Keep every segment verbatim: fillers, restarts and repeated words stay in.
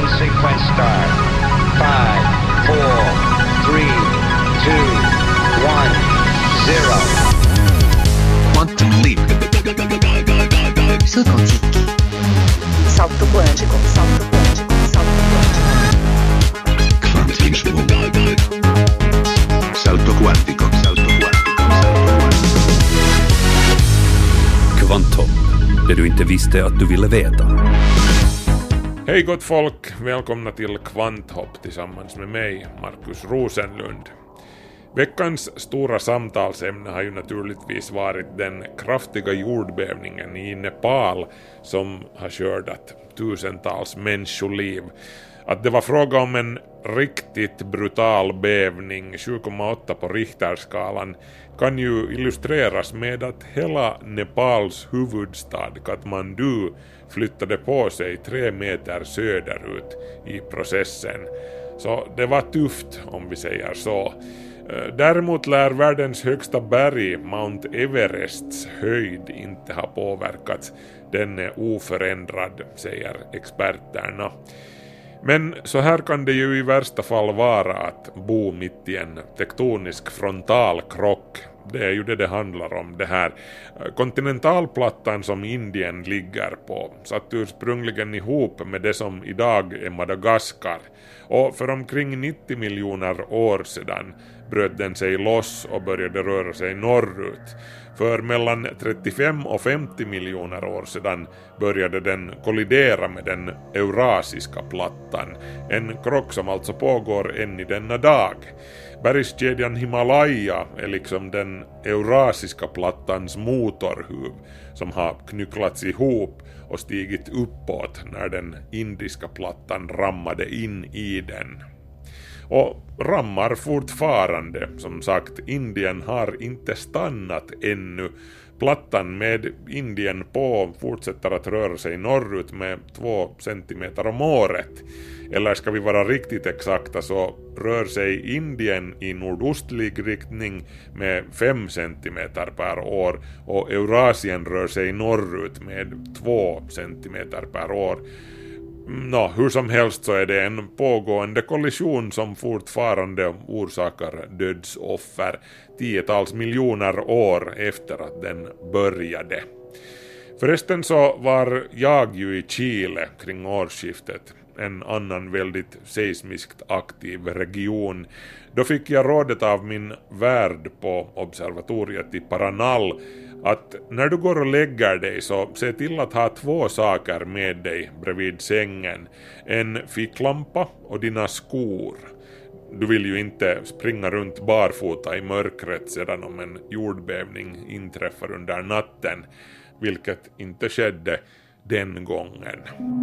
Ignition sequence start. Five, four, three, two, one, zero. Quantum leap. Salto quântico. Salto quântico. Salto quântico. Salto quântico. Quantismo. Salto quantico. Salto quantico. Salto quantico. Kvanthopp. Det du inte visste att du ville veta. Hej gott folk, välkomna till Kvanthopp tillsammans med mig, Markus Rosenlund. Veckans stora samtalsämne har ju naturligtvis varit den kraftiga jordbävningen i Nepal som har skördat tusentals människoliv. Att det var fråga om en riktigt brutal bävning, sju komma åtta på Richterskalan, kan ju illustreras med att hela Nepals huvudstad Kathmandu flyttade på sig tre meter söderut i processen. Så det var tufft om vi säger så. Däremot lär världens högsta berg, Mount Everests höjd, inte ha påverkats. Den är oförändrad, säger experterna. Men så här kan det ju i värsta fall vara att bo mitt i en tektonisk frontalkrock. Det är ju det det handlar om det här. Kontinentalplattan som Indien ligger på satt ursprungligen ihop med det som idag är Madagaskar. Och för omkring nittio miljoner år sedan bröt den sig loss och började röra sig norrut. För mellan trettiofem och femtio miljoner år sedan började den kollidera med den eurasiska plattan. En krock som alltså pågår än i denna dag. Bergskedjan Himalaya är liksom den eurasiska plattans motorhuv som har knycklats ihop och stigit uppåt när den indiska plattan rammade in i den. Och rammar fortfarande, som sagt, Indien har inte stannat ännu. Plattan med Indien på fortsätter att röra sig norrut med två centimeter om året. Eller ska vi vara riktigt exakta så rör sig Indien i nordostlig riktning med fem centimeter per år och Eurasien rör sig norrut med två centimeter per år. Nå, hur som helst så är det en pågående kollision som fortfarande orsakar dödsoffer tiotals miljoner år efter att den började. Förresten så var jag ju i Chile kring årsskiftet, en annan väldigt seismiskt aktiv region. Då fick jag rådet av min värd på observatoriet i Paranal att när du går och lägger dig så se till att ha två saker med dig bredvid sängen. En ficklampa och dina skor. Du vill ju inte springa runt barfota i mörkret sedan om en jordbävning inträffar under natten, vilket inte skedde den gången.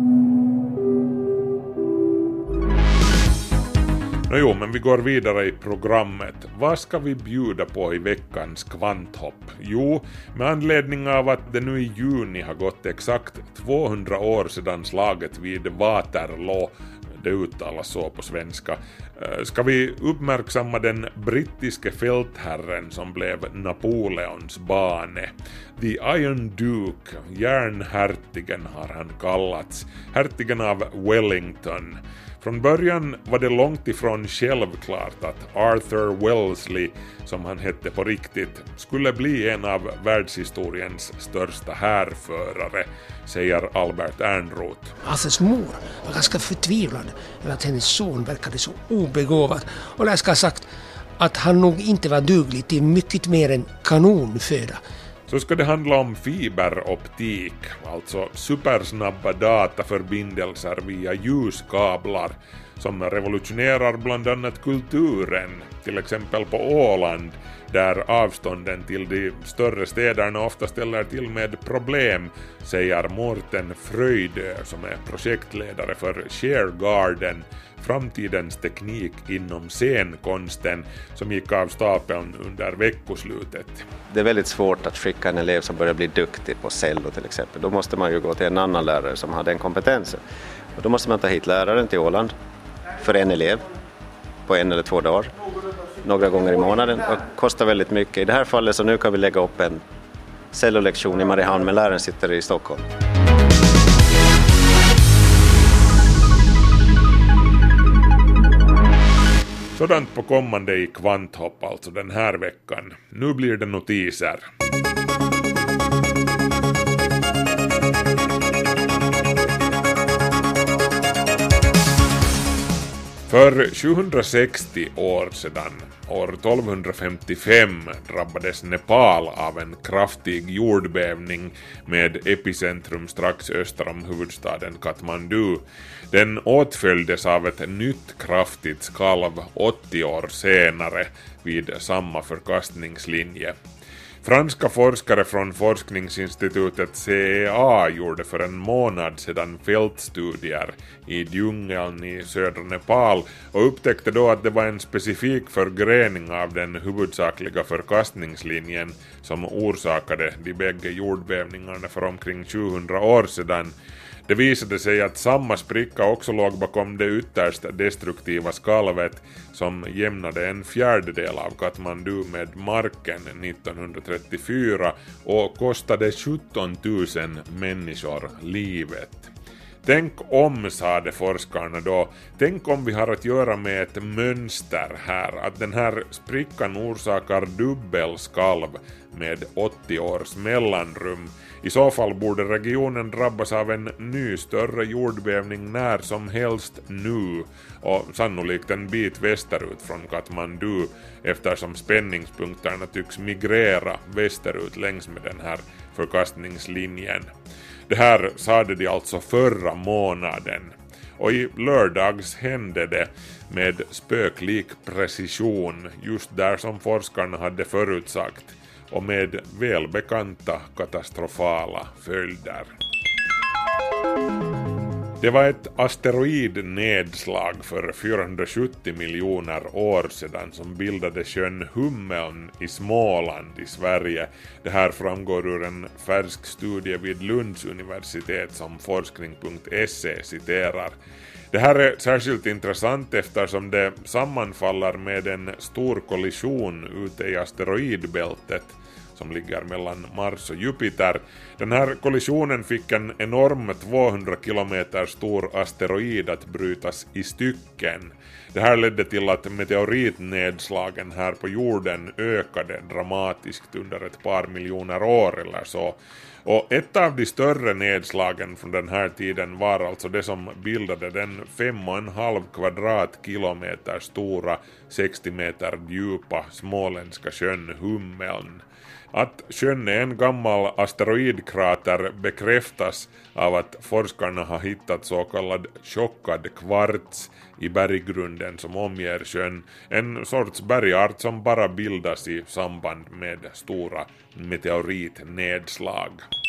Nå jo, men vi går vidare i programmet. Vad ska vi bjuda på i veckans kvanthopp? Jo, med anledning av att det nu i juni har gått exakt tvåhundra år sedan slaget vid Waterloo, det uttalas så på svenska, ska vi uppmärksamma den brittiske fältherren som blev Napoleons bane. The Iron Duke, järnhertigen har han kallats, hertigen av Wellington. Från början var det långt ifrån självklart att Arthur Wellesley, som han hette på riktigt, skulle bli en av världshistoriens största härförare, säger Albert Ernroth. Arthurs mor var ganska förtvivlad över att hennes son verkade så obegåvad och jag ska ha sagt att han nog inte var duglig till mycket mer än kanonföda. Så ska det handla om fiberoptik, alltså supersnabba dataförbindelser via ljuskablar som revolutionerar bland annat kulturen, till exempel på Åland, där avstånden till de större städerna ofta ställer till med problem, säger Mårten Fröjdö som är projektledare för Share Garden, framtidens teknik inom scenkonsten, som gick av stapeln under veckoslutet. Det är väldigt svårt att skicka en elev som börjar bli duktig på cello till exempel. Då måste man ju gå till en annan lärare som har den kompetensen. Och då måste man ta hit läraren till Åland för en elev på en eller två dagar, några gånger i månaden, och kostar väldigt mycket. I det här fallet så nu kan vi lägga upp en cellolektion i Mariehamn, men läraren sitter i Stockholm. Sådant på kommande i Kvanthopp alltså den här veckan. Nu blir det notiser. För sjuhundrasextio år sedan, år tolvhundrafemtiofem, drabbades Nepal av en kraftig jordbävning med epicentrum strax öster om huvudstaden Kathmandu. Den åtföljdes av ett nytt kraftigt skalv åttio år senare vid samma förkastningslinje. Franska forskare från forskningsinstitutet C E A gjorde för en månad sedan fältstudier i djungeln i södra Nepal och upptäckte då att det var en specifik förgrening av den huvudsakliga förkastningslinjen som orsakade de bägge jordbävningarna för omkring sjuhundra år sedan. Det visade sig att samma spricka också låg bakom det ytterst destruktiva skalvet som jämnade en fjärdedel av Kathmandu med marken nittonhundratrettiofyra och kostade sjutton tusen människor livet. Tänk om, sade forskarna då, tänk om vi har att göra med ett mönster här, att den här sprickan orsakar dubbelskalv med åttio års mellanrum. I så fall borde regionen drabbas av en ny större jordbävning när som helst nu och sannolikt en bit västerut från Kathmandu eftersom spänningspunkterna tycks migrera västerut längs med den här förkastningslinjen. Det här sade de alltså förra månaden och i lördags hände det med spöklik precision just där som forskarna hade förutsagt och med välbekanta katastrofala följder. Det var ett asteroidnedslag för fyrahundrasjuttio miljoner år sedan som bildade sjön Hummeln i Småland i Sverige. Det här framgår ur en färsk studie vid Lunds universitet som forskning punkt se citerar. Det här är särskilt intressant eftersom det sammanfaller med en stor kollision ute i asteroidbältet som ligger mellan Mars och Jupiter. Den här kollisionen fick en enorm tvåhundra kilometer stor asteroid att brytas i stycken. Det här ledde till att meteoritnedslagen här på jorden ökade dramatiskt under ett par miljoner år eller så. Och ett av de större nedslagen från den här tiden var alltså det som bildade den fem och en halv kvadratkilometer stora, sextio meter djupa småländska sjön Hummeln. Att sjön är en gammal asteroidkrater bekräftas av att forskarna har hittat så kallad tjockad kvarts i berggrunden som omger sjön, en sorts bergart som bara bildas i samband med stora meteoritnedslag.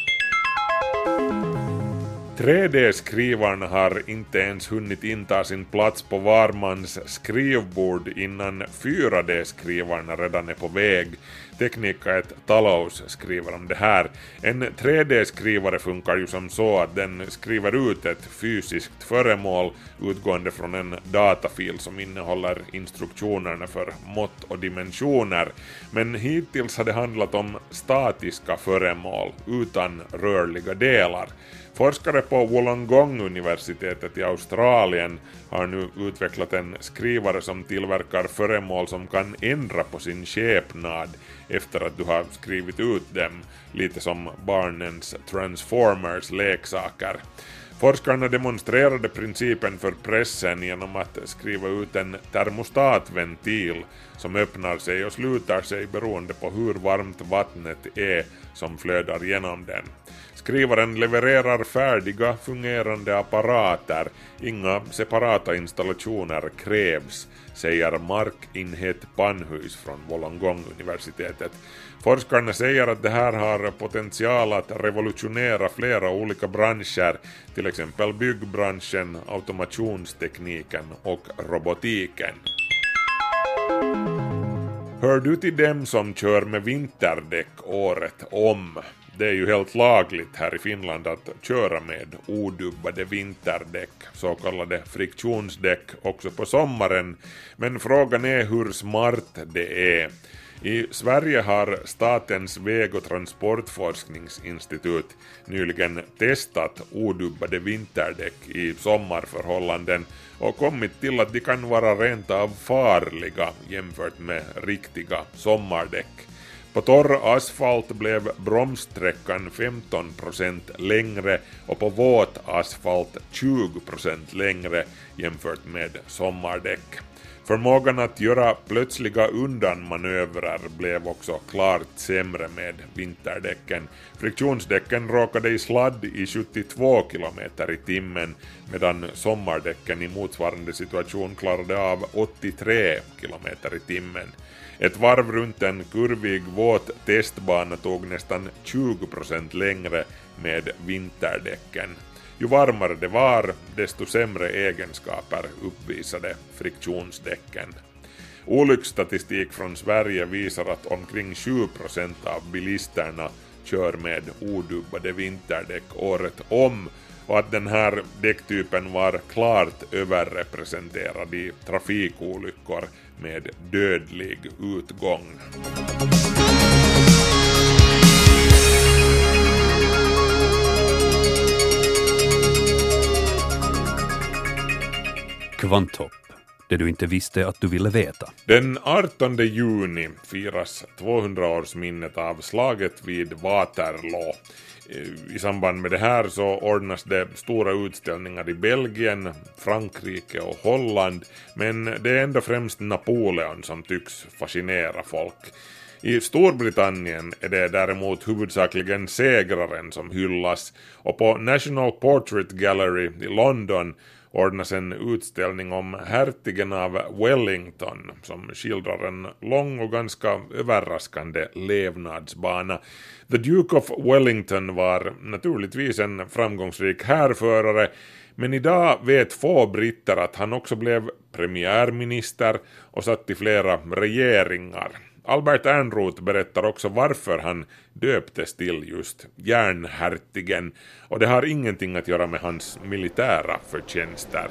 tre D-skrivarna har inte ens hunnit inta sin plats på var mans skrivbord innan fyra D-skrivarna redan är på väg. Teknika ett Talos skriver om det här. En tre D-skrivare funkar ju som så att den skriver ut ett fysiskt föremål utgående från en datafil som innehåller instruktionerna för mått och dimensioner. Men hittills har det handlat om statiska föremål utan rörliga delar. Forskare på Wollongong-universitetet i Australien har nu utvecklat en skrivare som tillverkar föremål som kan ändra på sin skepnad efter att du har skrivit ut dem, lite som barnens Transformers leksaker. Forskarna demonstrerade principen för pressen genom att skriva ut en termostatventil som öppnar sig och slutar sig beroende på hur varmt vattnet är som flödar genom den. Skrivaren levererar färdiga fungerande apparater, inga separata installationer krävs, säger Mark Inhet Panhuis från Wollongong-universitetet. Forskarna säger att det här har potential att revolutionera flera olika branscher, till exempel byggbranschen, automationstekniken och robotiken. Hör du till dem som kör med vinterdäck året om? Det är ju helt lagligt här i Finland att köra med odubbade vinterdäck, så kallade friktionsdäck, också på sommaren. Men frågan är hur smart det är. I Sverige har Statens väg- och transportforskningsinstitut nyligen testat odubbade vinterdäck i sommarförhållanden och kommit till att de kan vara rent av farliga jämfört med riktiga sommardäck. På torr asfalt blev bromssträckan femton procent längre och på våt asfalt tjugo procent längre jämfört med sommardäck. Förmågan att göra plötsliga undanmanövrar blev också klart sämre med vinterdäcken. Friktionsdäcken råkade i sladd i sjuttiotvå kilometer i timmen medan sommardäcken i motsvarande situation klarade av åttiotre kilometer i timmen. Ett varv runt en kurvig våt testbana tog nästan tjugo procent längre med vinterdäcken. Ju varmare det var, desto sämre egenskaper uppvisade friktionsdäcken. Olycksstatistik från Sverige visar att omkring sju procent av bilisterna kör med odubbade vinterdäck året om och att den här däcktypen var klart överrepresenterad i trafikolyckor med dödlig utgång. Kvanthopp, det du inte visste att du ville veta. Den artonde juni firas tvåhundraårsminnet av slaget vid Waterloo. I samband med det här så ordnas det stora utställningar i Belgien, Frankrike och Holland, men det är ändå främst Napoleon som tycks fascinera folk. I Storbritannien är det däremot huvudsakligen segraren som hyllas, och på National Portrait Gallery i London ordnas en utställning om hertigen av Wellington som skildrar en lång och ganska överraskande levnadsbana. The Duke of Wellington var naturligtvis en framgångsrik härförare, men idag vet få britter att han också blev premiärminister och satt i flera regeringar. Albert Ehrnrooth berättar också varför han döptes till just järnhertigen, och det har ingenting att göra med hans militära förtjänster.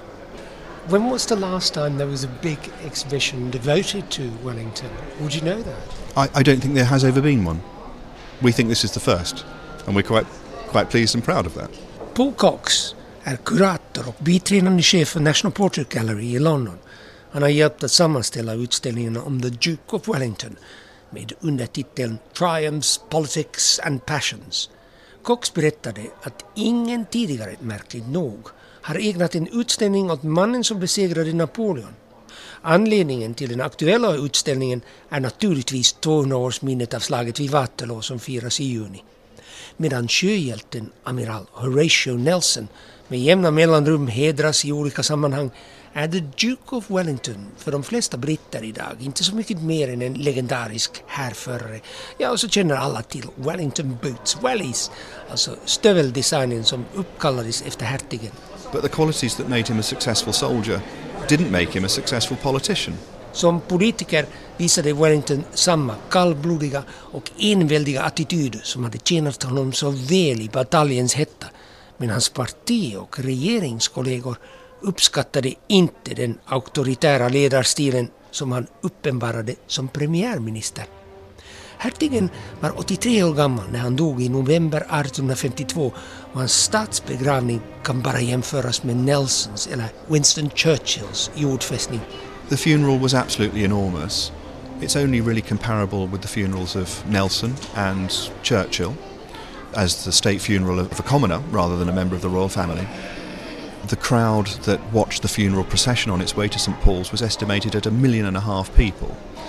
When was the last time there was a big exhibition devoted to Wellington? Would you know that? I, I don't think there has ever been one. We think this is the first, and we're quite, quite pleased and proud of that. Paul Cox är kurator och biträdande chef för National Portrait Gallery i London. Han har hjälpt att sammanställa utställningen om The Duke of Wellington med undertiteln Triumphs, Politics and Passions. Cox berättade att ingen tidigare, märkligt nog, har ägnat en utställning åt mannen som besegrade Napoleon. Anledningen till den aktuella utställningen är naturligtvis tvåhundraårsminnet av slaget vid Waterloo som firas i juni. Medan sjöhjälten amiral Horatio Nelson med jämna mellanrum hedras i olika sammanhang är The Duke of Wellington för de flesta britter idag inte så mycket mer än en legendarisk härförare. Ja, och så känner alla till Wellington Boots, Wellies, alltså stöveldesignen som uppkallades efter hertigen. But the qualities that made him a successful soldier didn't make him a successful politician. Som politiker visade Wellington samma kallblodiga och enväldiga attityd som hade tjänat honom så väl i bataljens hetta, men hans parti och regeringskollegor uppskattade inte den auktoritära ledarstilen som han uppenbarade som premiärminister. Hertigen var åttiotre år gammal när han dog i november arton femtiotvå, och hans statsbegravning kan bara jämföras med Nelsons eller Winston Churchills jordfästning. The funeral was absolutely enormous. It's only really comparable with the funerals of Nelson and Churchill as the state funeral of a commoner rather than a member of the royal family. The crowd that watched the funeral procession on its way to Saint Paul's was estimated at a million and a half people.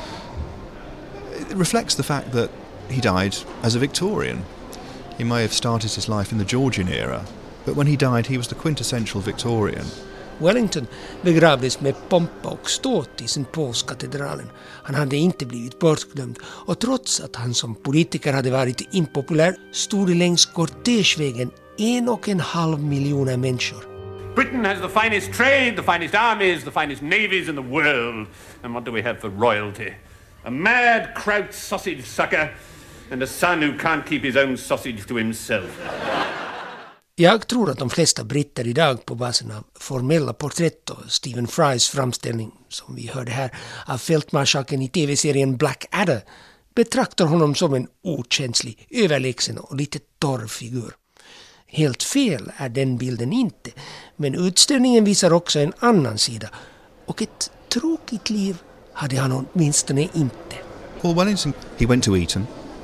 It reflects the fact that he died as a Victorian. He may have started his life in the Georgian era, but when he died he was the quintessential Victorian. Wellington begravdes med pompa och ståt i Saint Paul's-katedralen. Han hade inte blivit bortglömd, och trots att han som politiker hade varit impopulär stod det längs kortegevägen en och en halv miljoner människor. Britain has the finest trade, the finest armies, the finest navies in the world. And what do we have for royalty? A mad kraut sausage sucker and a son who can't keep his own sausage to himself. Jag tror att de flesta britter idag på basen av formella porträtt och Stephen Frys framställning, som vi hörde här, av fältmarskalken i tv-serien Blackadder, betraktar honom som en okänslig, överlägsen och lite torr figur. Helt fel är den bilden inte, men utställningen visar också en annan sida, och ett tråkigt liv hade han åtminstone inte. Paul Wellington, he went to Eton,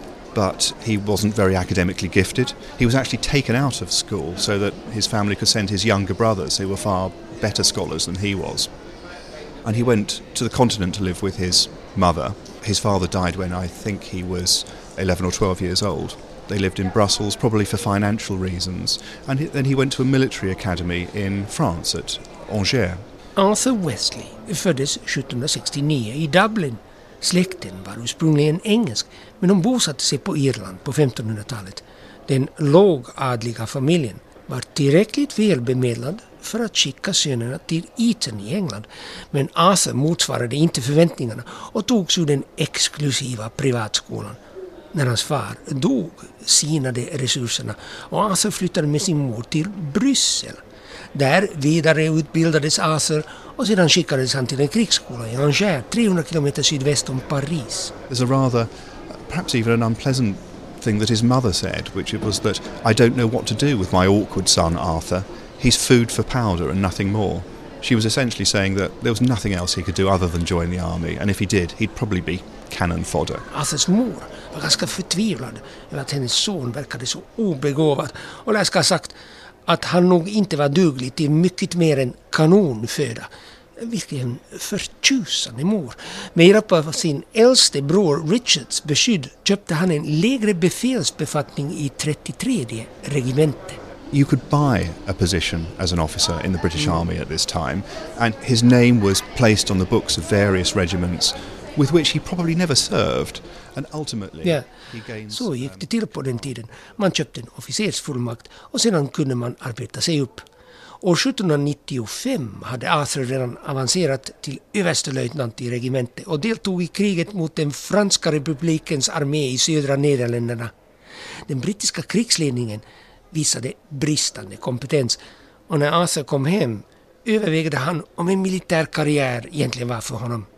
but he wasn't very academically gifted. He was actually taken out of school so that his family could send his younger brothers, who were far better scholars than he was. And he went to the continent to live with his mother. His father died when I think he was eleven or twelve years old. They lived in Brussels, probably for financial reasons. And he, then he went to a military academy in France at Angers. Arthur Wesley föddes sjuttonhundrasextionio i Dublin. Släkten var ursprungligen engelsk, men de bosatte sig på Irland på femtonhundratalet. Den lågadliga familjen var tillräckligt välbemedlad för att skicka sönerna till Eton i England, men Arthur motsvarade inte förväntningarna och togs ur den exklusiva privatskolan. När hans far dog sinade resurserna och Arthur flyttade med sin mor till Bryssel. Där vidareutbildades Arthur och sedan skickades han till en krigsskola i Angers, trehundra kilometer sydväst om Paris. There's a rather, perhaps even an unpleasant thing that his mother said, which it was that I don't know what to do with my awkward son Arthur. He's food for powder and nothing more. She was essentially saying that there was nothing else he could do other than join the army, and if he did, he'd probably be cannon fodder. Arthurs mor var ganska förtvivlad över att hennes son verkade så obegåvad, och jag ska ha sagt att han nog inte var duglig till mycket mer än kanonföda. Vilken förtjusande mor. Med hjälp av sin äldste bror Richards beskydd köpte han en lägre befälsbefattning i trettiotredje regementet. You could buy a position as an officer in the British Army at this time, and his name was placed on the books of various regiments with which he probably never served, and ultimately ja, he gains... så gick det till på den tiden. Man köpte en officersfullmakt och sedan kunde man arbeta sig upp. År sjuttonhundranittiofem hade Arthur redan avancerat till överstelöjtnant i regementet och deltog i kriget mot den franska republikens armé i södra Nederländerna. Den brittiska krigsledningen visade bristande kompetens, och när Arthur kom hem övervägde han om en militär karriär egentligen var för honom.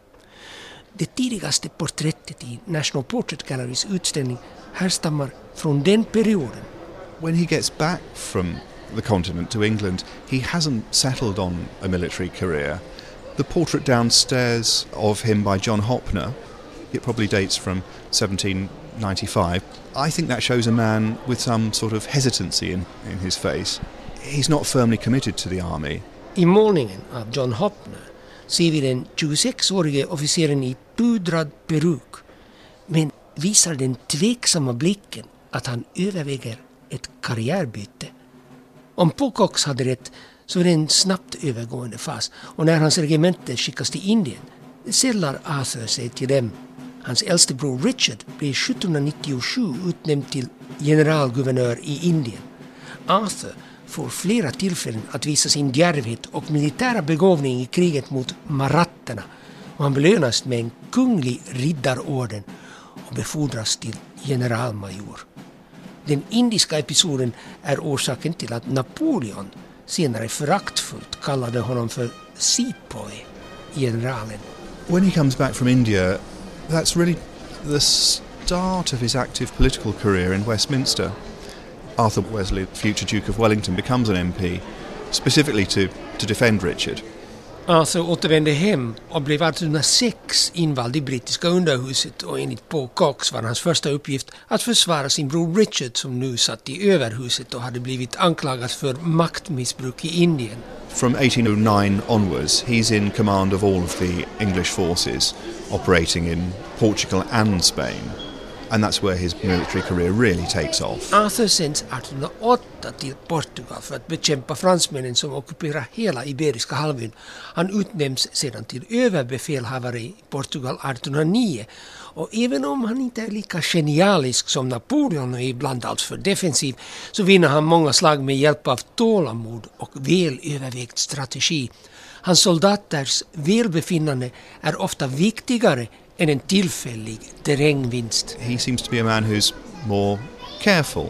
Det tidigaste porträttet i National Portrait Gallerys utställning härstammar från den perioden. When he gets back from the continent to England, he hasn't settled on a military career. The portrait downstairs of him by John Hopner, it probably dates from seventeen ninety-five. I think that shows a man with some sort of hesitancy in, in his face. He's not firmly committed to the army. I målningen av John Hopner ser vi den tjugosexårige officeren i pudrad peruk, men visar den tveksamma blicken att han överväger ett karriärbyte. Om Pocox hade rätt så är det en snabbt övergående fas, och när hans regemente skickas till Indien sällar Arthur sig till dem. Hans äldste bror Richard blev sjuttonhundranittiosju utnämnd till generalguvernör i Indien. Arthur får flera tillfällen att visa sin djärvhet och militära begåvning i kriget mot maratterna, och han belönas med en kunglig riddarorden och befordras till generalmajor. Den indiska episoden är orsaken till att Napoleon senare föraktfullt kallade honom för Sepoy, generalen. When he comes back from India, that's really the start of his active political career in Westminster. Arthur Wesley, future Duke of Wellington, becomes an M P specifically to, to defend Richard. Arthur återvände hem och blev artonhundrasex invald i brittiska underhuset, och enligt Paul Cox var hans första uppgift att försvara sin bror Richard, som nu satt i överhuset och hade blivit anklagad för maktmissbruk i Indien. From eighteen oh nine onwards, he's in command of all of the English forces operating in Portugal and Spain. And that's where his military career really takes off. Arthur sänds artonhundraåtta till Portugal för att bekämpa fransmännen som ockuperar hela Iberiska halvön. Han utnämns sedan till överbefälhavare i Portugal artonhundranio, och även om han inte är lika genialisk som Napoleon och ibland alltför defensiv, så vinner han många slag med hjälp av tålamod och väl övervägd strategi. Hans soldaters välbefinnande är ofta viktigare än en tillfällig terrängvinst. He seems to be a man who's more careful.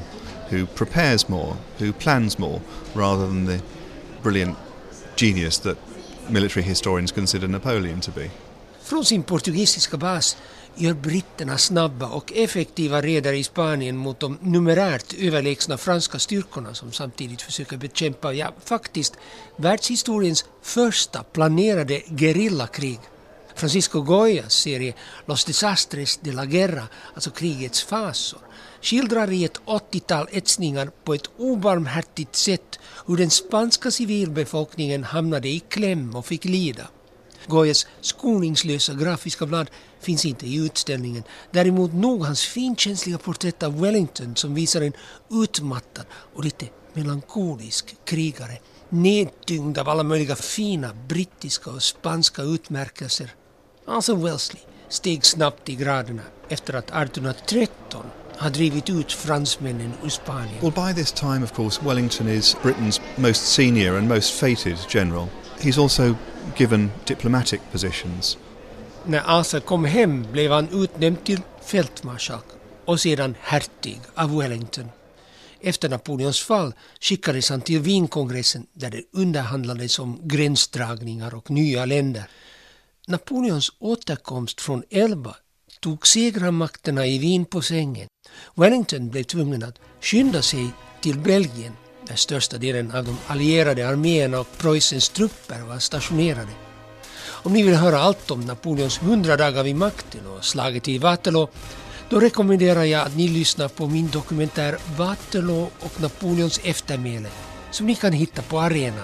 who prepares more, who plans more, rather than the brilliant genius that military historians consider Napoleon to be. Från sin portugisiska bas gör britterna snabba och effektiva redare i Spanien mot de numerärt överlägsna franska styrkorna som samtidigt försöker bekämpa, ja faktiskt, världshistoriens första planerade gerillakrig. Francisco Goyas serie Los Desastres de la Guerra, alltså krigets fasor, skildrar i ett åttiotal etsningar på ett obarmhärtigt sätt hur den spanska civilbefolkningen hamnade i kläm och fick lida. Goyas skoningslösa grafiska blad finns inte i utställningen. Däremot nog hans finkänsliga porträtt av Wellington som visar en utmattad och lite melankolisk krigare, nedtyngd av alla möjliga fina brittiska och spanska utmärkelser. Arthur Wellesley steg snabbt i graderna efter att artonhundratretton har drivit ut fransmännen ur Spanien. Well, by this time, of course, Wellington is Britain's most senior and most fated general. He's also given diplomatic positions. När Arthur kom hem blev han utnämnd till fältmarskalk och sedan hertig av Wellington. Efter Napoleons fall skickades han till Wienkongressen där det underhandlades om gränsdragningar och nya länder. Napoleons återkomst från Elba tog segermakterna i Wien på sängen. Wellington blev tvungen att skynda sig till Belgien där största delen av de allierade arméerna och Preussens trupper var stationerade. Om ni vill höra allt om Napoleons hundra dagar vid makten och slaget i Waterloo, då rekommenderar jag att ni lyssnar på min dokumentär Waterloo och Napoleons eftermäle som ni kan hitta på arenan.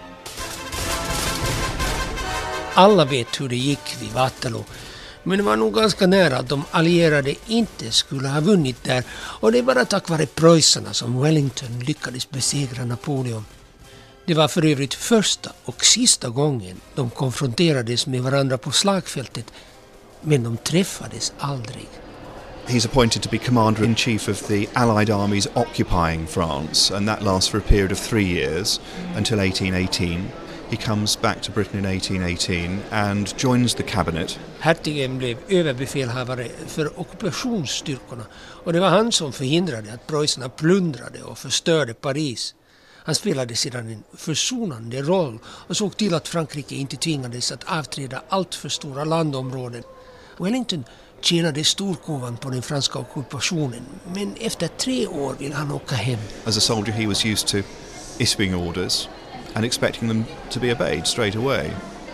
Alla vet hur det gick vid Waterloo, men det var nog ganska nära att de allierade inte skulle ha vunnit där, och det är bara tack vare preussarna som Wellington lyckades besegra Napoleon. Det var för övrigt första och sista gången de konfronterades med varandra på slagfältet, men de träffades aldrig. He's appointed to be commander-in-chief of the Allied armies occupying France, and that lasts for a period of three years, until eighteen eighteen. He comes back to Britain in eighteen eighteen and joins the cabinet. Hertigen blev överbefälhavare för ockupationsstyrkorna, och det var han som förhindrade att preussarna plundrade och förstörde Paris. Han spelade sedan en försonande roll och såg till att Frankrike inte tvingades att avträda allt för stora landområden. Wellington tjänade storkovan på den franska ockupationen, men efter tre år vill han åka hem. As a soldier he was used to issuing orders and expecting them to be obeyed straight away.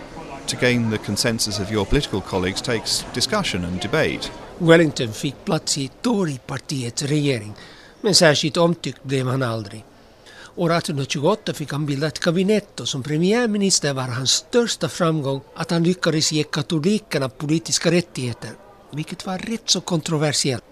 To gain the consensus of your political colleagues takes discussion and debate. Wellington fick plats i Torypartiets regering, men särskilt omtyckt blev han aldrig. År artonhundratjugoåtta fick han bilda ett kabinett, och som premiärminister var hans största framgång att han lyckades ge katolikerna politiska rättigheter, vilket var rätt så kontroversiellt.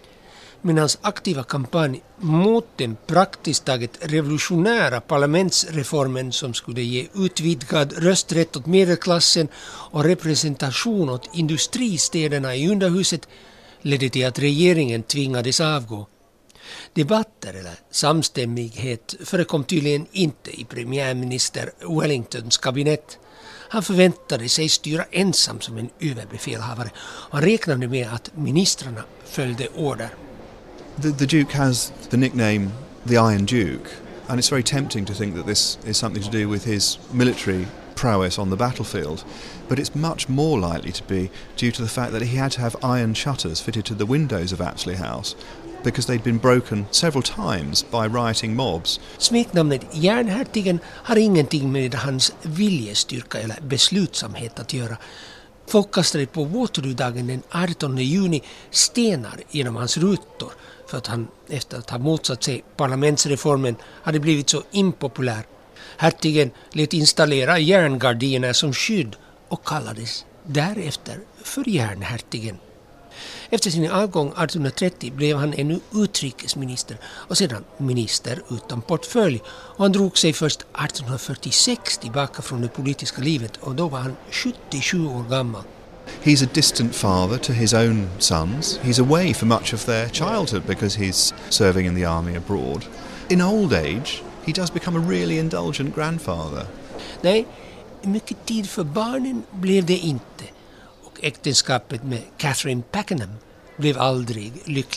Men hans aktiva kampanj mot den praktiskt taget revolutionära parlamentsreformen som skulle ge utvidgad rösträtt åt medelklassen och representation åt industristäderna i underhuset ledde till att regeringen tvingades avgå. Debatter eller samstämmighet förekom tydligen inte i premiärminister Wellingtons kabinett. Han förväntade sig styra ensam som en överbefälhavare. Han räknade med att ministrarna följde order. The, the Duke has the nickname the Iron Duke, and it's very tempting to think that this is something to do with his military prowess on the battlefield, but it's much more likely to be due to the fact that he had to have iron shutters fitted to the windows of Apsley House because they'd been broken several times by rioting mobs. Smeknamnet Järnhertigen har ingenting med hans viljestyrka eller beslutsamhet att göra. Folk kastade på Waterloo-dagen den artonde juni stenar genom hans rutor för att han, efter att ha motsatt sig parlamentsreformen, hade blivit så impopulär. Hertigen lät installera järngardiner som skydd och kallades därefter för Järnhertigen. Efter sin avgång artonhundratrettio blev han ännu utrikesminister och sedan minister utan portfölj, och han drog sig först artonhundrafyrtiosex tillbaka från det politiska livet, och då var han sjuttiosju år gammal. He's a distant father to his own sons. He's away for much of their childhood because he's serving in the army abroad. In old age, he does become a really indulgent grandfather. Nej, mycket tid för barnen blev det inte. Äktenskapet med Catherine Pakenham blev aldrig lyckligt.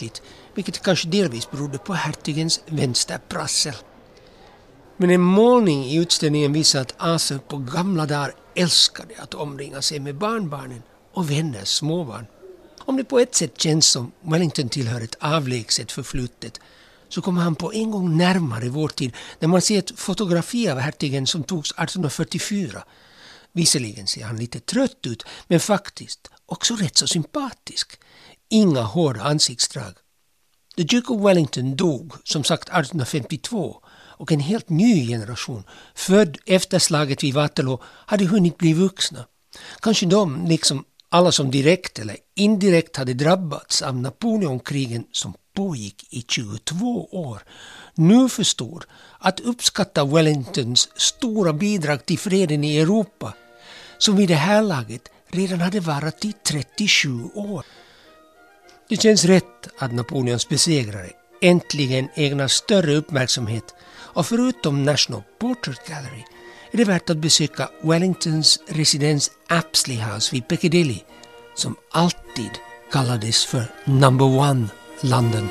vilket kanske delvis berodde på hertigens vänsterprassel. Men en målning i utställningen visar att Arthur på gamla dagar älskade att omringa sig med barnbarnen och vänners småbarn. Om det på ett sätt känns som Wellington tillhör ett avlägset förflutet, så kommer han på en gång närmare vår tid när man ser ett fotografi av hertigen som togs arton fyrtiofyra. Visserligen ser han lite trött ut, men faktiskt också rätt så sympatisk. Inga hårda ansiktsdrag. The Duke of Wellington dog som sagt arton femtiotvå, och en helt ny generation, född efter slaget vid Waterloo, hade hunnit bli vuxna. Kanske de, liksom alla som direkt eller indirekt hade drabbats av Napoleonkrigen som pågick i tjugotvå år, nu förstår att uppskatta Wellingtons stora bidrag till freden i Europa, som vid det här laget redan hade varit i trettiosju år. Det känns rätt att Napoleons besegrare äntligen ägnar större uppmärksamhet, och förutom National Portrait Gallery är det värt att besöka Wellingtons residens Apsley House vid Piccadilly, som alltid kallades för Number One London.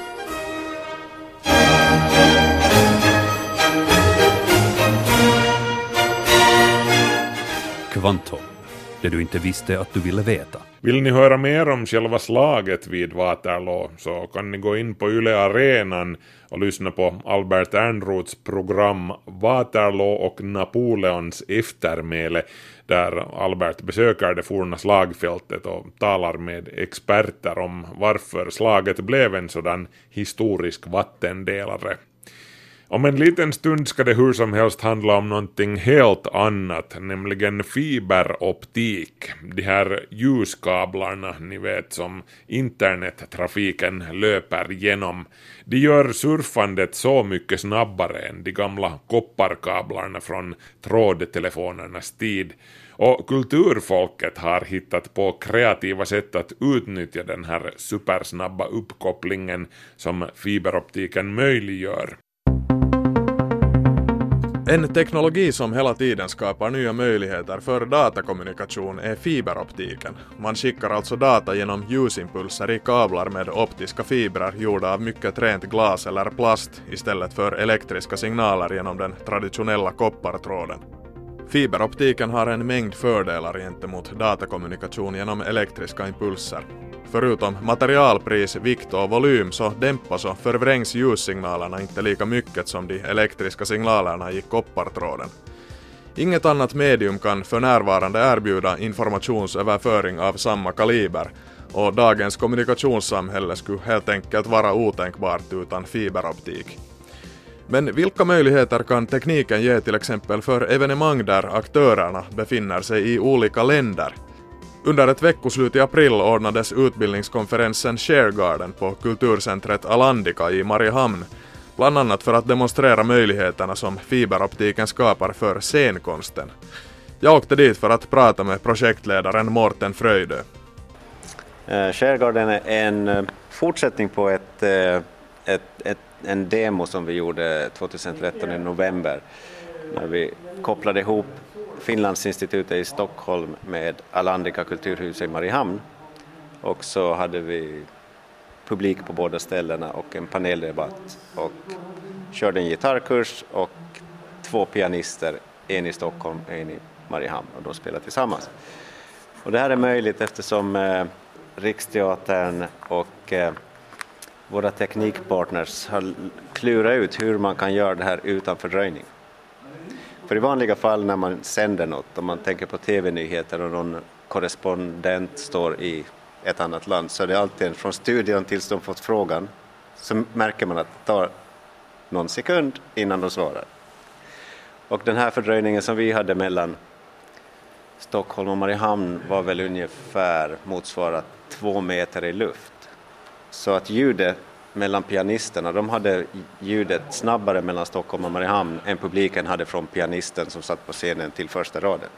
Kvanthopp, det du inte visste att du ville veta. Vill ni höra mer om själva slaget vid Waterloo så kan ni gå in på Yle Arenan och lyssna på Albert Ehrnroths program Waterloo och Napoleons eftermäle, där Albert besöker det forna slagfältet och talar med experter om varför slaget blev en sådan historisk vattendelare. Om en liten stund ska det hur som helst handla om någonting helt annat, nämligen fiberoptik. De här ljuskablarna, ni vet, som internettrafiken löper genom. De gör surfandet så mycket snabbare än de gamla kopparkablarna från trådtelefonernas tid. Och kulturfolket har hittat på kreativa sätt att utnyttja den här supersnabba uppkopplingen som fiberoptiken möjliggör. En teknologi som hela tiden skapar nya möjligheter för datakommunikation är fiberoptiken. Man skickar alltså data genom ljusimpulser i kablar med optiska fibrer gjorda av mycket rent glas eller plast istället för elektriska signaler genom den traditionella koppartråden. Fiberoptiken har en mängd fördelar gentemot datakommunikation genom elektriska impulser. Förutom materialpris, vikt och volym så dämpas och förvrängs ljussignalerna inte lika mycket som de elektriska signalerna i koppartråden. Inget annat medium kan för närvarande erbjuda informationsöverföring av samma kaliber, och dagens kommunikationssamhälle skulle helt enkelt vara otänkbart utan fiberoptik. Men vilka möjligheter kan tekniken ge till exempel för evenemang där aktörerna befinner sig i olika länder? Under ett veckoslut i april ordnades utbildningskonferensen Share Garden på kulturcentret Alandica i Mariehamn, bland annat för att demonstrera möjligheterna som fiberoptiken skapar för scenkonsten. Jag åkte dit för att prata med projektledaren Morten Fröjdö. Uh, Share Garden är en fortsättning på ett, uh, ett, ett, en demo som vi gjorde tjugohundratretton i november, när vi kopplade ihop Finlandsinstitutet i Stockholm med Alandica kulturhus i Mariehamn, och så hade vi publik på båda ställena och en paneldebatt, och körde en gitarrkurs och två pianister, en i Stockholm och en i Mariehamn, och de spelade tillsammans. Och det här är möjligt eftersom eh, Riksteatern och eh, våra teknikpartners har klurat ut hur man kan göra det här utan fördröjning. För i vanliga fall när man sänder något, om man tänker på tv-nyheter och någon korrespondent står i ett annat land, så är det alltid från studion tills de fått frågan, så märker man att det tar någon sekund innan de svarar. Och den här fördröjningen som vi hade mellan Stockholm och Mariehamn var väl ungefär motsvarat två meter i luft. Så att ljudet mellan pianisterna, de hade ljudet snabbare mellan Stockholm och Mariehamn än publiken hade från pianisten som satt på scenen till första raden.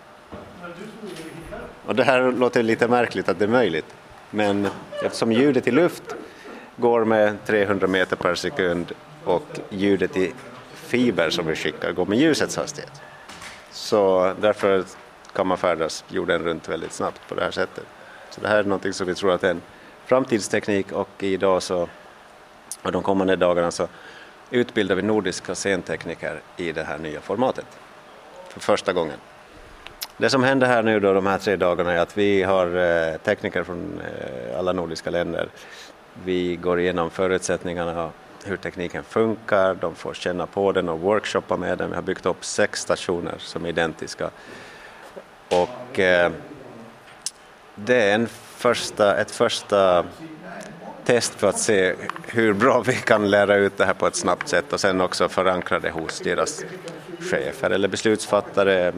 Och det här låter lite märkligt att det är möjligt, men eftersom ljudet i luft går med trehundra meter per sekund och ljudet i fiber som vi skickar går med ljusets hastighet, så därför kan man färdas jorden runt väldigt snabbt på det här sättet. Så det här är någonting som vi tror att är en framtidsteknik, och idag så Och de kommande dagarna så utbildar vi nordiska scentekniker i det här nya formatet för första gången. Det som händer här nu då de här tre dagarna är att vi har eh, tekniker från eh, alla nordiska länder. Vi går igenom förutsättningarna, hur tekniken funkar, de får känna på den och workshoppa med den. Vi har byggt upp sex stationer som är identiska. Och eh, det är en första, ett första test för att se hur bra vi kan lära ut det här på ett snabbt sätt och sen också förankra det hos deras chefer eller beslutsfattare,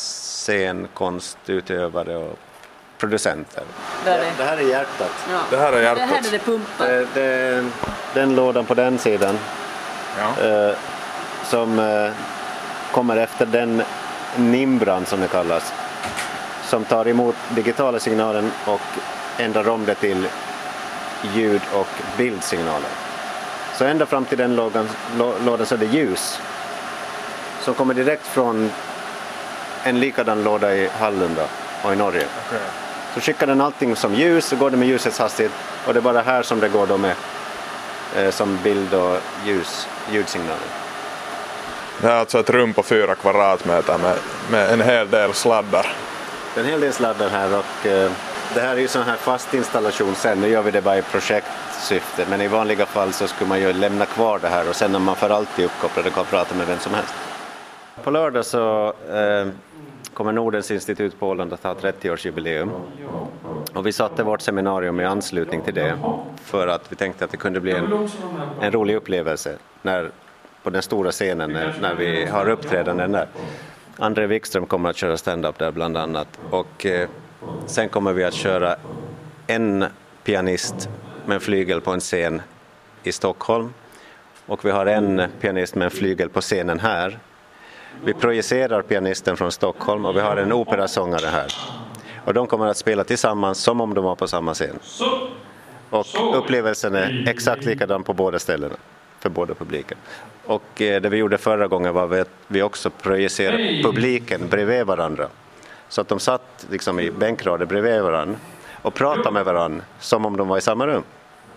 scenkonstutövare och producenter. Det, är det. det här är hjärtat. Ja. Det här är hjärtat. Det här är det pumpar. Det, det, den lådan på den sidan Ja. eh, som eh, kommer efter den nimbran som det kallas, som tar emot digitala signalen och ändrar om det till ljud- och bildsignaler. Så ända fram till den lådan, lådan så är det ljus som kommer direkt från en likadan låda i Hallunda och i Norge. Okay. Så skickar den allting som ljus och går det med ljusets hastighet och det är bara här som det går då med eh, som bild och ljus, ljudsignaler. Det är alltså ett rum på fyra kvadratmeter med, med en hel del sladdar. En hel del sladdar här och eh, det här är ju sån här fast installation sen. Nu gör vi det bara i projektsyfte, men i vanliga fall så skulle man ju lämna kvar det här och sen när man för alltid uppkopplad kan prata med vem som helst. På lördag så eh, kommer Nordens institut på Åland att ha trettio-årsjubileum. Och vi satte vårt seminarium i anslutning till det för att vi tänkte att det kunde bli en, en rolig upplevelse när, på den stora scenen när, när vi har uppträdanden där. André Wikström kommer att köra stand-up där bland annat och eh, sen kommer vi att köra en pianist med en flygel på en scen i Stockholm och vi har en pianist med en flygel på scenen här. Vi projicerar pianisten från Stockholm och vi har en operasångare här. Och de kommer att spela tillsammans som om de var på samma scen. Och upplevelsen är exakt likadan på båda ställena för båda publiken. Och eh, det vi gjorde förra gången var att vi också projicerade publiken bredvid varandra. Så att de satt liksom i bänkrader bredvid varandra och pratade med varandra som om de var i samma rum.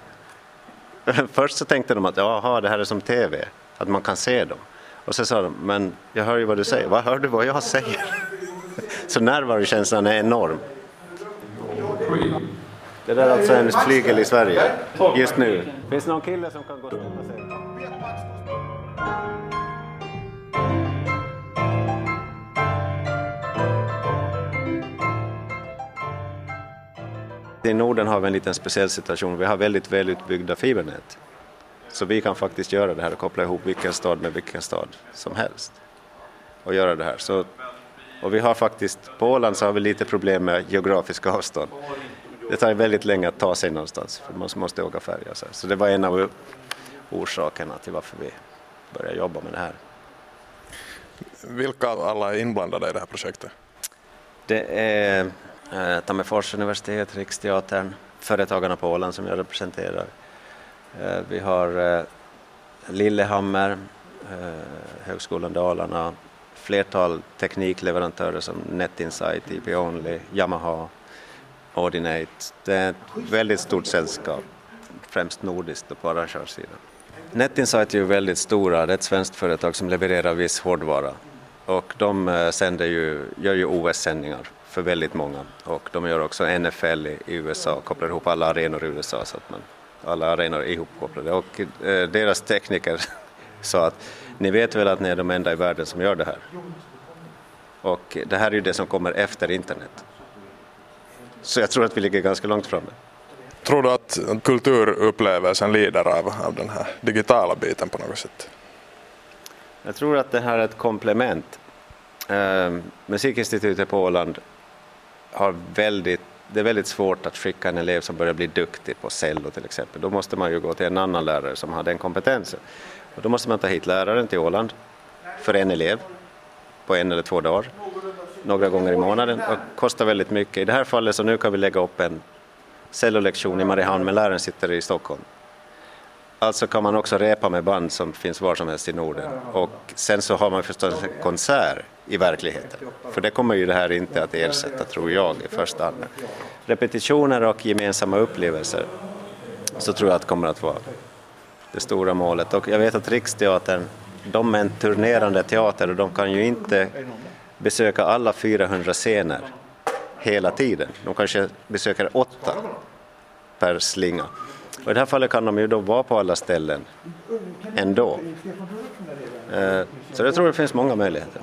Först så tänkte de att jaha, det här är som tv, att man kan se dem. Och så sa de, men jag hör ju vad du säger. Vad hör du vad jag säger? Så närvarokänslan är enorm. Det där är alltså en flygel i Sverige just nu. Finns det någon kille som kan gå och ställa sig? I Norden har vi en liten speciell situation. Vi har väldigt välutbyggda fibernät. Så vi kan faktiskt göra det här och koppla ihop vilken stad med vilken stad som helst. Och göra det här. Så, och vi har faktiskt, på Åland så har vi lite problem med geografiska avstånd. Det tar väldigt länge att ta sig någonstans. För man måste åka färja. Så, så det var en av orsakerna till varför vi började jobba med det här. Vilka alla är inblandade i det här projektet? Det är eh, Tammerfors universitet, Riksteatern, Företagarna på Åland som jag representerar. Eh, vi har eh, Lillehammer, eh, Högskolan Dalarna, flertal teknikleverantörer som Netinsight, I P Only, Yamaha, Ordinate. Det är ett väldigt stort sällskap, främst nordiskt och på arrangörssidan. Netinsight är ju väldigt stora, det är ett svenskt företag som levererar viss hårdvara. Och de sänder ju, gör ju O S-sändningar för väldigt många. Och de gör också N F L i U S A, kopplar ihop alla arenor i U S A så att man, alla arenor är ihopkopplade. Och eh, deras tekniker sa att ni vet väl att ni är de enda i världen som gör det här. Och det här är ju det som kommer efter internet. Så jag tror att vi ligger ganska långt framme. Tror du att kulturupplevelsen lider av, av den här digitala biten på något sätt? Jag tror att det här är ett komplement. Eh, Musikinstitutet på Åland har väldigt, det är väldigt svårt att skicka en elev som börjar bli duktig på cello till exempel. Då måste man ju gå till en annan lärare som har den kompetensen. Och då måste man ta hit läraren till Åland för en elev på en eller två dagar. Några gånger i månaden och kostar väldigt mycket. I det här fallet så nu kan vi lägga upp en cellolektion i Mariehamn men läraren sitter i Stockholm. Alltså kan man också repa med band som finns var som helst i Norden. Och sen så har man förstås en konsert i verkligheten. För det kommer ju det här inte att ersätta, tror jag, i första hand. Repetitioner och gemensamma upplevelser så tror jag att det kommer att vara det stora målet. Och jag vet att Riksteatern, de är en turnerande teater och de kan ju inte besöka alla fyrahundra scener hela tiden. De kanske besöker åtta per slinga. Och i det här fallet kan de ju då vara på alla ställen ändå. Så jag tror det finns många möjligheter.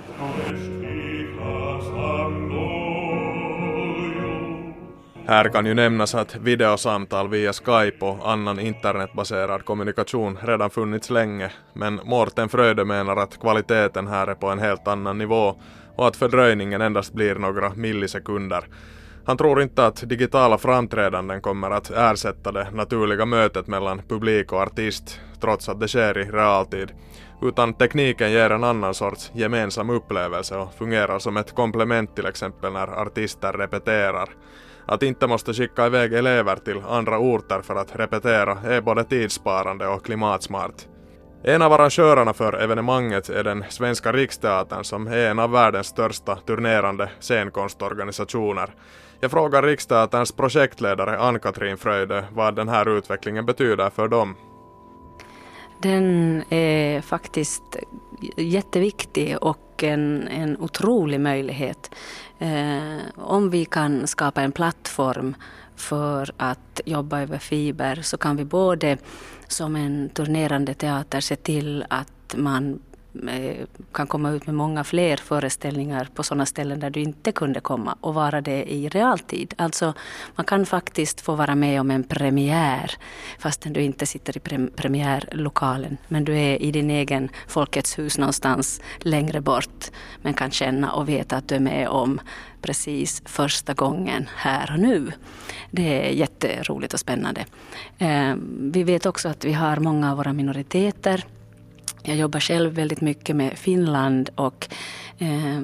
Här kan ju nämnas att videosamtal via Skype och annan internetbaserad kommunikation redan funnits länge, men Mårten Fröde menar att kvaliteten här är på en helt annan nivå och att fördröjningen endast blir några millisekunder. Han tror inte att digitala framträdanden kommer att ersätta det naturliga mötet mellan publik och artist, trots att det sker i realtid, utan tekniken ger en annan sorts gemensam upplevelse och fungerar som ett komplement till exempel när artister repeterar. Att inte måste skicka iväg elever till andra orter för att repetera är både tidssparande och klimatsmart. En av arrangörerna för evenemanget är den svenska Riksteatern som är en av världens största turnerande scenkonstorganisationer. Jag frågar Riksteaterns projektledare Ann-Katrin Fröde vad den här utvecklingen betyder för dem. Den är faktiskt jätteviktig och en, en otrolig möjlighet. Eh, om vi kan skapa en plattform för att jobba över fiber så kan vi både som en turnerande teater se till att man eh, kan komma ut med många fler föreställningar på sådana ställen där du inte kunde komma och vara det i realtid. Alltså man kan faktiskt få vara med om en premiär fastän du inte sitter i pre- premiärlokalen, men du är i din egen Folkets hus någonstans längre bort, men kan känna och veta att du är med om precis första gången här och nu. Det är jätteroligt och spännande. Eh, vi vet också att vi har många av våra minoriteter. Jag jobbar själv väldigt mycket med Finland och eh,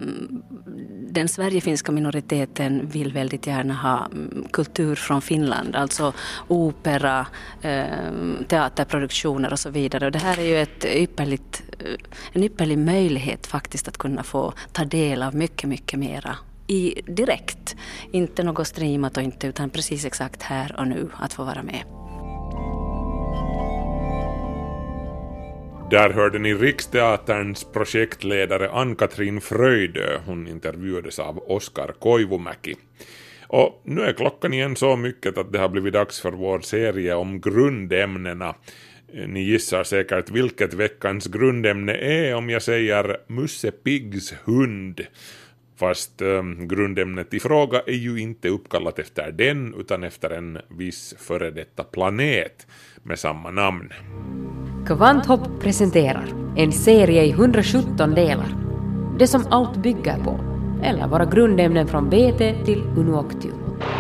den sverigefinska minoriteten vill väldigt gärna ha kultur från Finland, alltså opera, eh, teaterproduktioner och så vidare. Och det här är ju ett ypperligt, en ypperlig möjlighet faktiskt att kunna få ta del av mycket, mycket mera i direkt. Inte något streamat och inte, utan precis exakt här och nu att få vara med. Där hörde ni Riksteaterns projektledare Ann-Katrin Fröde. Hon intervjuades av Oskar Koivumäki. Och nu är klockan igen så mycket att det har blivit dags för vår serie om grundämnena. Ni gissar säkert vilket veckans grundämne är om jag säger Musse Piggs hund. Fast um, grundämnet i fråga är ju inte uppkallat efter den utan efter en viss före detta planet med samma namn. Kvanthopp presenterar en serie i hundrasjutton delar. Det som allt bygger på, eller våra grundämnen från bete till unuoctium.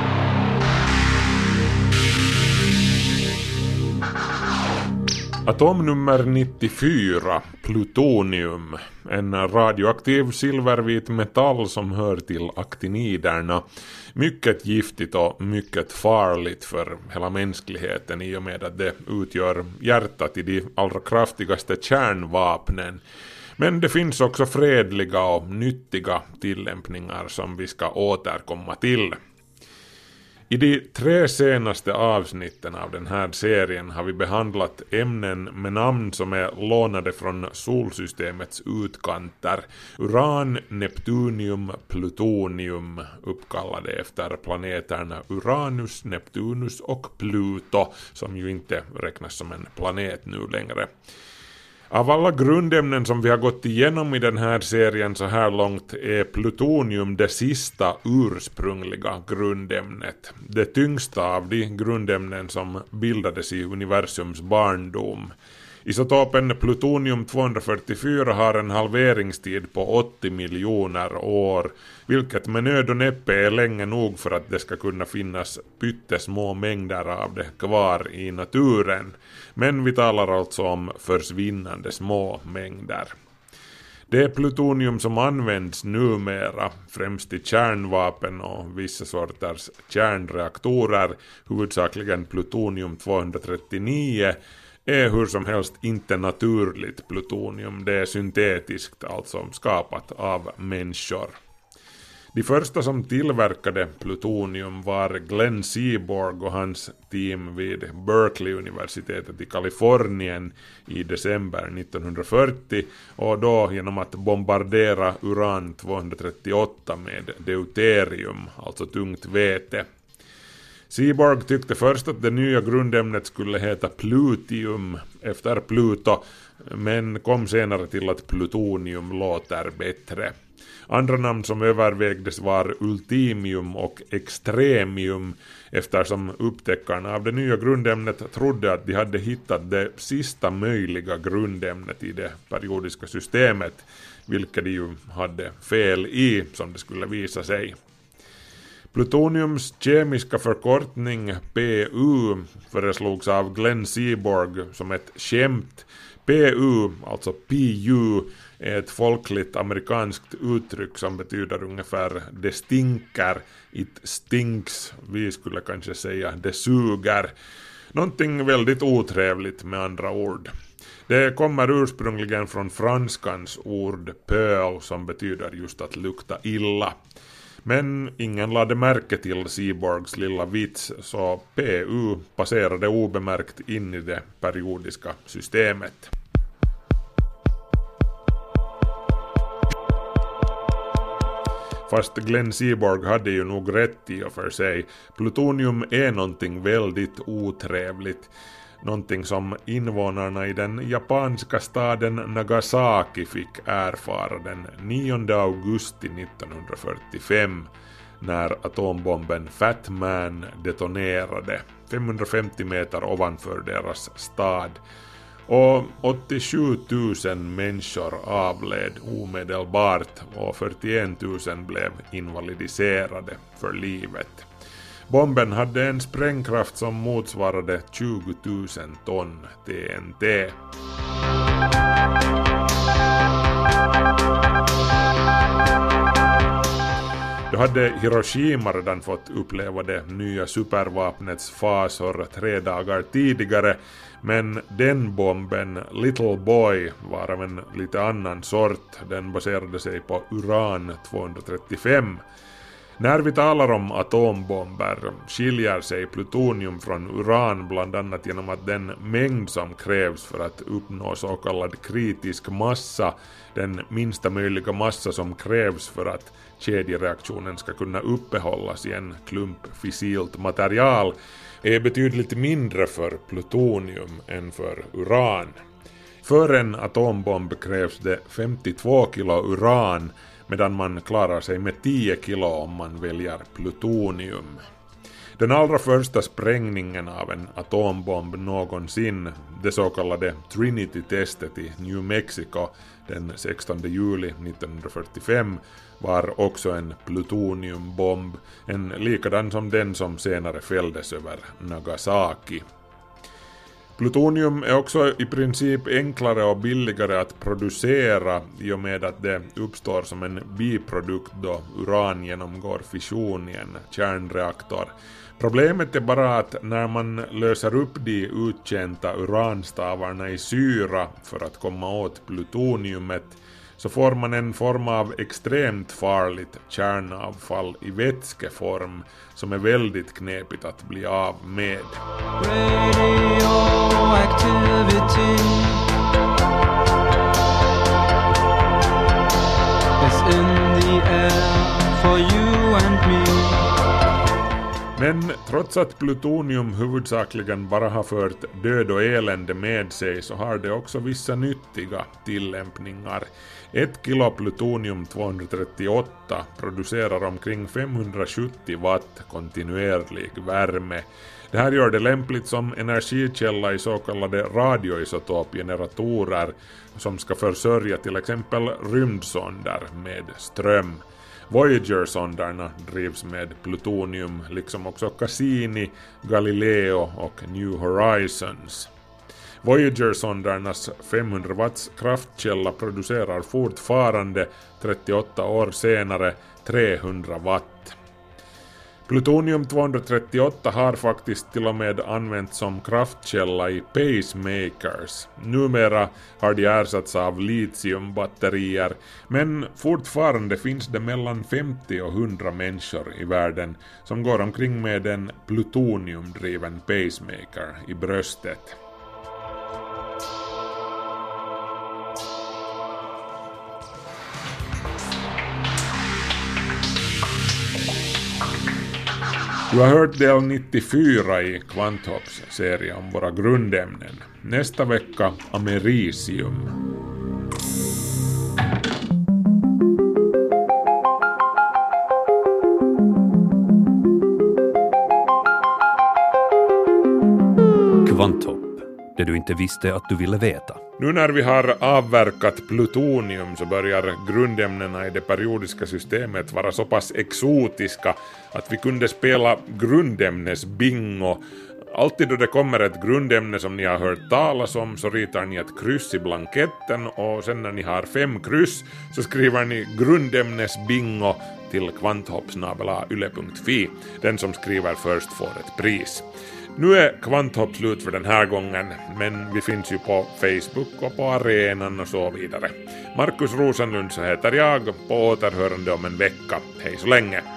Atomnummer nittiofyra, plutonium, en radioaktiv silvervit metall som hör till aktiniderna. Mycket giftigt och mycket farligt för hela mänskligheten i och med att det utgör hjärtat i de allra kraftigaste kärnvapnen. Men det finns också fredliga och nyttiga tillämpningar som vi ska återkomma till. I de tre senaste avsnitten av den här serien har vi behandlat ämnen med namn som är lånade från solsystemets utkanter. Uran, Neptunium, Plutonium, uppkallade efter planeterna Uranus, Neptunus och Pluto, som ju inte räknas som en planet nu längre. Av alla grundämnen som vi har gått igenom i den här serien så här långt är plutonium det sista ursprungliga grundämnet. Det tyngsta av de grundämnen som bildades i universums barndom. Isotopen plutonium tvåhundrafyrtiofyra har en halveringstid på åttio miljoner år, vilket med nöd och näppe är länge nog för att det ska kunna finnas pyttesmå mängder av det kvar i naturen. Men vi talar alltså om försvinnande små mängder. Det plutonium som används numera, främst i kärnvapen och vissa sorters kärnreaktorer, huvudsakligen plutonium tvåhundratrettionio, är hur som helst inte naturligt plutonium. Det är syntetiskt, alltså skapat av människor. De första som tillverkade plutonium var Glenn Seaborg och hans team vid Berkeley-universitetet i Kalifornien i december nittonhundrafyrtio, och då genom att bombardera uran tvåhundratrettioåtta med deuterium, alltså tungt väte. Seaborg tyckte först att det nya grundämnet skulle heta plutium efter Pluto, men kom senare till att plutonium låter bättre. Andra namn som övervägdes var ultimium och extremium, eftersom upptäckarna av det nya grundämnet trodde att de hade hittat det sista möjliga grundämnet i det periodiska systemet, vilket de ju hade fel i, som det skulle visa sig. Plutoniums kemiska förkortning P U föreslogs av Glenn Seaborg som ett skämt. P U, alltså P U, är ett folkligt amerikanskt uttryck som betyder ungefär det stinker, it stinks, vi skulle kanske säga det suger. Någonting väldigt otrevligt med andra ord. Det kommer ursprungligen från franskans ord pöl som betyder just att lukta illa. Men ingen lade märke till Seaborgs lilla vits, så P U passerade obemärkt in i det periodiska systemet. Fast Glenn Seaborg hade ju nog rätt i och för sig. Plutonium är någonting väldigt otrevligt. Någonting som invånarna i den japanska staden Nagasaki fick erfara den nionde augusti nittonhundrafyrtiofem när atombomben Fat Man detonerade femhundrafemtio meter ovanför deras stad. Och åttiosju tusen människor avled omedelbart och fyrtioen tusen blev invalidiserade för livet. Bomben hade en sprängkraft som motsvarade tjugo tusen ton T N T. Då hade Hiroshima redan fått uppleva det nya supervapnets fasor tre dagar tidigare, men den bomben, Little Boy, var av en lite annan sort. Den baserade sig på uran tvåhundratrettiofem. När vi talar om atombomber skiljer sig plutonium från uran bland annat genom att den mängd som krävs för att uppnå så kallad kritisk massa, den minsta möjliga massa som krävs för att kedjereaktionen ska kunna uppehållas i en klump fissilt material, är betydligt mindre för plutonium än för uran. För en atombomb krävs det femtiotvå kilo uran, medan man klarar sig med tio kilo om man väljer plutonium. Den allra första sprängningen av en atombomb någonsin, det så kallade Trinity-testet i New Mexico den sextonde juli nittonhundrafyrtiofem, var också en plutoniumbomb, en likadan som den som senare fälldes över Nagasaki. Plutonium är också i princip enklare och billigare att producera i och med att det uppstår som en biprodukt då uran genomgår fission i en kärnreaktor. Problemet är bara att när man löser upp de uttjänta uranstavarna i syra för att komma åt plutoniumet, så får man en form av extremt farligt kärnavfall i vätskeform som är väldigt knepigt att bli av med. Radioactivity is in the air for you and me. Men trots att plutonium huvudsakligen bara har fört död och elände med sig, så har det också vissa nyttiga tillämpningar. Ett kilo plutonium tvåhundratrettioåtta producerar omkring femhundrasjuttio watt kontinuerlig värme. Det här gör det lämpligt som energikälla i så kallade radioisotopgeneratorer som ska försörja till exempel rymdsonder med ström. Voyager-sondarna drivs med plutonium, liksom också Cassini, Galileo och New Horizons. Voyager-sondarnas femhundra watts kraftkälla producerar fortfarande trettioåtta år senare trehundra watt. Plutonium tvåhundratrettioåtta har faktiskt till och med använts som kraftkälla i pacemakers. Numera har de ersatts av litiumbatterier, men fortfarande finns det mellan femtio och hundra människor i världen som går omkring med en plutoniumdriven pacemaker i bröstet. Du har hört del nittiofyra i Kvanthopps serie om våra grundämnen. Nästa vecka americium. Kvanthopp, det du inte visste att du ville veta. Nu när vi har avverkat plutonium så börjar grundämnena i det periodiska systemet vara så pass exotiska att vi kunde spela grundämnesbingo. Alltid då det kommer ett grundämne som ni har hört talas om så ritar ni ett kryss i blanketten och sen när ni har fem kryss så skriver ni grundämnesbingo till kvanthopp snabel-a yle punkt fi. Den som skriver först får ett pris. Nu är Kvanthopp slut för den här gången, men vi finns ju på Facebook och på arenan och så vidare. Markus Rosenlund så heter jag, på återhörande om en vecka. Hej så länge!